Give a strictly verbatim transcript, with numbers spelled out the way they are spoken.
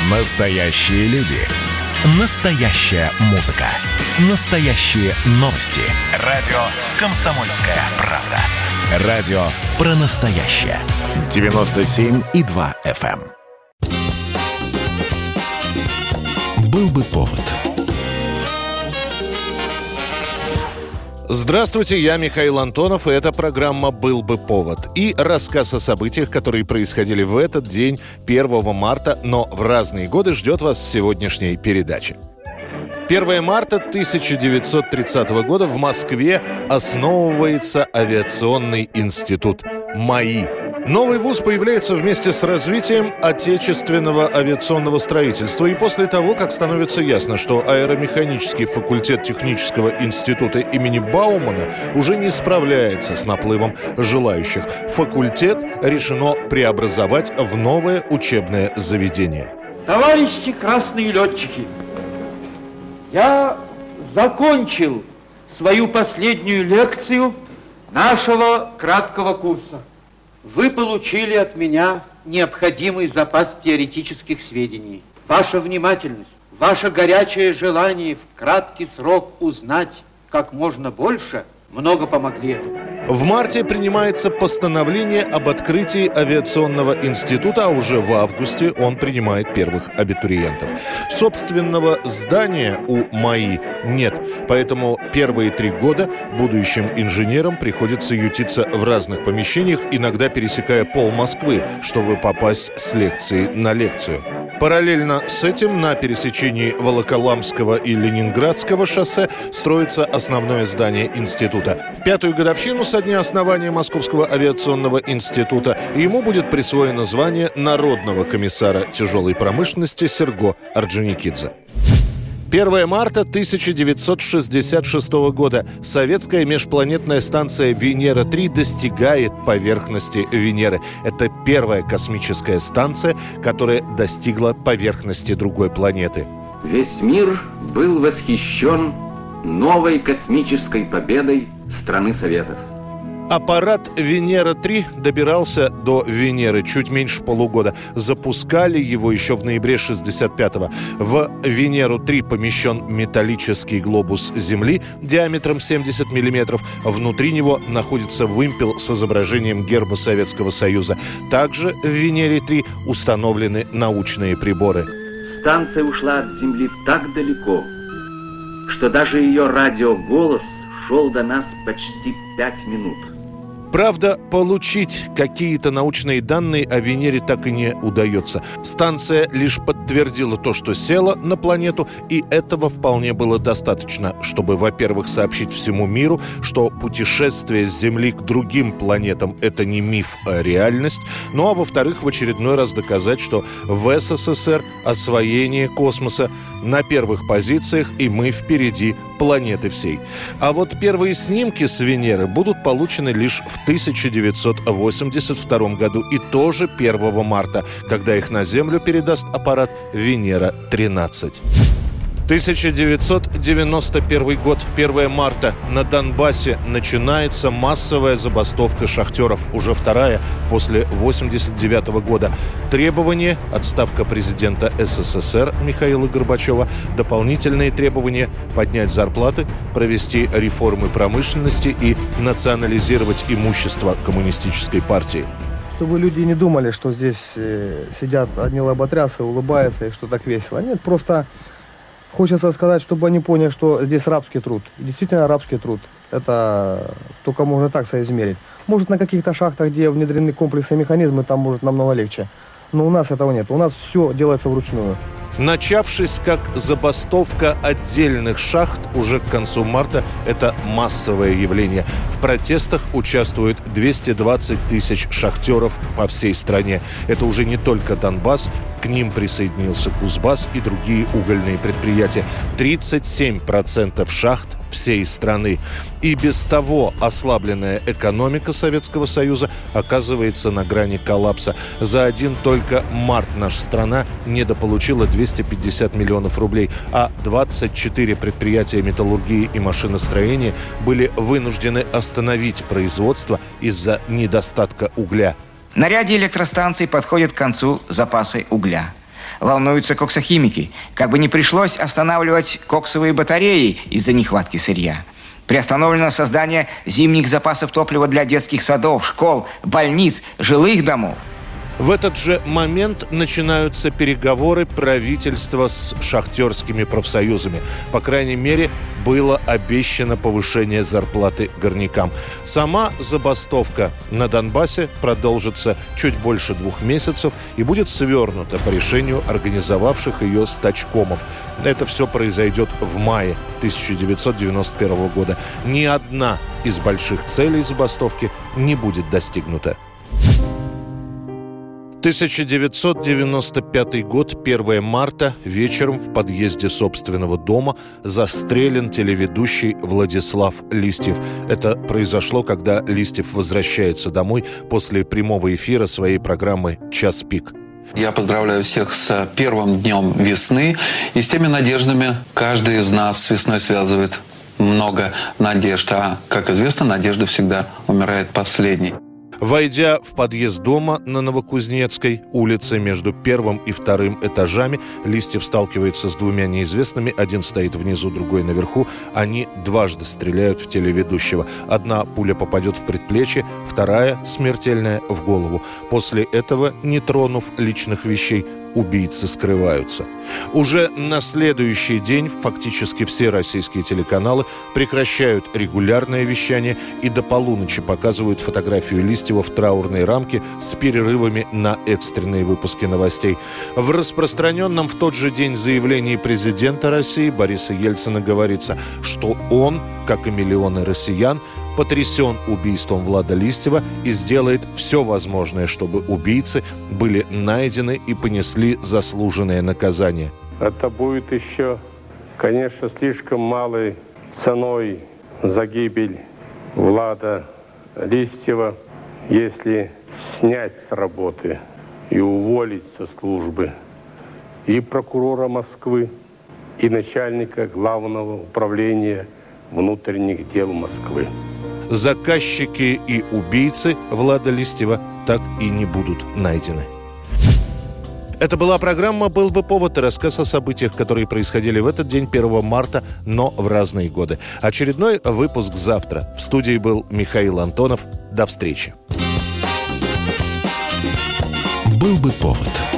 Настоящие люди. Настоящая музыка. Настоящие новости. Радио «Комсомольская правда». Радио про настоящее. девяносто семь и два эф эм. Был бы повод. Здравствуйте, я Михаил Антонов, и эта программа «Был бы повод». И рассказ о событиях, которые происходили в этот день, первого марта, но в разные годы, ждет вас в сегодняшней передаче. первого марта тысяча девятьсот тридцатого года в Москве основывается авиационный институт МАИ. Новый вуз появляется вместе с развитием отечественного авиационного строительства. И после того, как становится ясно, что аэромеханический факультет технического института имени Баумана уже не справляется с наплывом желающих, факультет решено преобразовать в новое учебное заведение. Товарищи красные летчики, я закончил свою последнюю лекцию нашего краткого курса. Вы получили от меня необходимый запас теоретических сведений. Ваша внимательность, ваше горячее желание в краткий срок узнать как можно больше много помогли этому. В марте принимается постановление об открытии авиационного института, а уже в августе он принимает первых абитуриентов. Собственного здания у МАИ нет, поэтому первые три года будущим инженерам приходится ютиться в разных помещениях, иногда пересекая пол Москвы, чтобы попасть с лекции на лекцию. Параллельно с этим на пересечении Волоколамского и Ленинградского шоссе строится основное здание института. В пятую годовщину со дня основания Московского авиационного института ему будет присвоено звание Народного комиссара тяжелой промышленности Серго Орджоникидзе. первого марта тысяча девятьсот шестьдесят шестого года советская межпланетная станция Венера-три достигает поверхности Венеры. Это первая космическая станция, которая достигла поверхности другой планеты. Весь мир был восхищен новой космической победой страны Советов. Аппарат Венера-три добирался до Венеры чуть меньше полугода. Запускали его еще в ноябре шестьдесят пятого. В Венеру-три помещен металлический глобус Земли диаметром семьдесят миллиметров. Внутри него находится вымпел с изображением герба Советского Союза. Также в Венере-три установлены научные приборы. Станция ушла от Земли так далеко, что даже ее радиоголос шел до нас почти пять минут. Правда, получить какие-то научные данные о Венере так и не удается. Станция лишь подтвердила то, что села на планету, и этого вполне было достаточно, чтобы, во-первых, сообщить всему миру, что путешествие с Земли к другим планетам – это не миф, а реальность, ну а во-вторых, в очередной раз доказать, что в эс эс эс эр освоение космоса на первых позициях, и мы впереди планеты всей. А вот первые снимки с Венеры будут получены лишь в тысяча девятьсот восемьдесят втором году, и тоже первого марта, когда их на Землю передаст аппарат Венера-тринадцать. тысяча девятьсот девяносто первый год, первого марта. На Донбассе начинается массовая забастовка шахтеров, уже вторая после восемьдесят девятого года. Требования – отставка президента эс эс эс эр Михаила Горбачева, дополнительные требования – поднять зарплаты, провести реформы промышленности и национализировать имущество коммунистической партии. Чтобы люди не думали, что здесь э, сидят одни лоботрясы, улыбаются и что так весело. Нет, просто хочется сказать, чтобы они поняли, что здесь рабский труд. И действительно рабский труд. Это только можно так соизмерить. Может, на каких-то шахтах, где внедрены комплексы и механизмы, там может намного легче. Но у нас этого нет. У нас все делается вручную. Начавшись как забастовка отдельных шахт, уже к концу марта это массовое явление. В протестах участвуют двести двадцать тысяч шахтеров по всей стране. Это уже не только Донбасс, к ним присоединился Кузбасс и другие угольные предприятия. тридцать семь процентов шахт всей страны. И без того ослабленная экономика Советского Союза оказывается на грани коллапса. За один только март наша страна недополучила двести пятьдесят миллионов рублей, а двадцать четыре предприятия металлургии и машиностроения были вынуждены остановить производство из-за недостатка угля. На ряде электростанций подходят к концу запасы угля. волнуются коксохимики. Как бы не пришлось останавливать коксовые батареи из-за нехватки сырья. Приостановлено создание зимних запасов топлива для детских садов, школ, больниц, жилых домов. В этот же момент начинаются переговоры правительства с шахтерскими профсоюзами. По крайней мере, было обещано повышение зарплаты горнякам. Сама забастовка на Донбассе продолжится чуть больше двух месяцев и будет свернута по решению организовавших ее стачкомов. Это все произойдет в мае тысяча девятьсот девяносто первого года. Ни одна из больших целей забастовки не будет достигнута. тысяча девятьсот девяносто пятый год, первого марта, вечером в подъезде собственного дома застрелен телеведущий Владислав Листьев. Это произошло, когда Листьев возвращается домой после прямого эфира своей программы «Час пик». Я поздравляю всех с первым днем весны и с теми надеждами. Каждый из нас с весной связывает много надежд, а, как известно, надежда всегда умирает последней. Войдя в подъезд дома на Новокузнецкой улице между первым и вторым этажами, Листьев сталкивается с двумя неизвестными. Один стоит внизу, другой наверху. Они дважды стреляют в телеведущего. Одна пуля попадет в предплечье, вторая, смертельная, в голову. После этого, не тронув личных вещей, убийцы скрываются. Уже на следующий день фактически все российские телеканалы прекращают регулярное вещание и до полуночи показывают фотографию Листьева в траурной рамке с перерывами на экстренные выпуски новостей. В распространенном в тот же день заявлении президента России Бориса Ельцина говорится, что он, как и миллионы россиян, потрясен убийством Влада Листьева и сделает все возможное, чтобы убийцы были найдены и понесли заслуженное наказание. Это будет еще, конечно, слишком малой ценой за гибель Влада Листьева, если снять с работы и уволить со службы и прокурора Москвы, и начальника Главного управления внутренних дел Москвы. Заказчики и убийцы Влада Листьева так и не будут найдены. Это была программа «Был бы повод» и рассказ о событиях, которые происходили в этот день, первого марта, но в разные годы. Очередной выпуск завтра. В студии был Михаил Антонов. До встречи. «Был бы повод»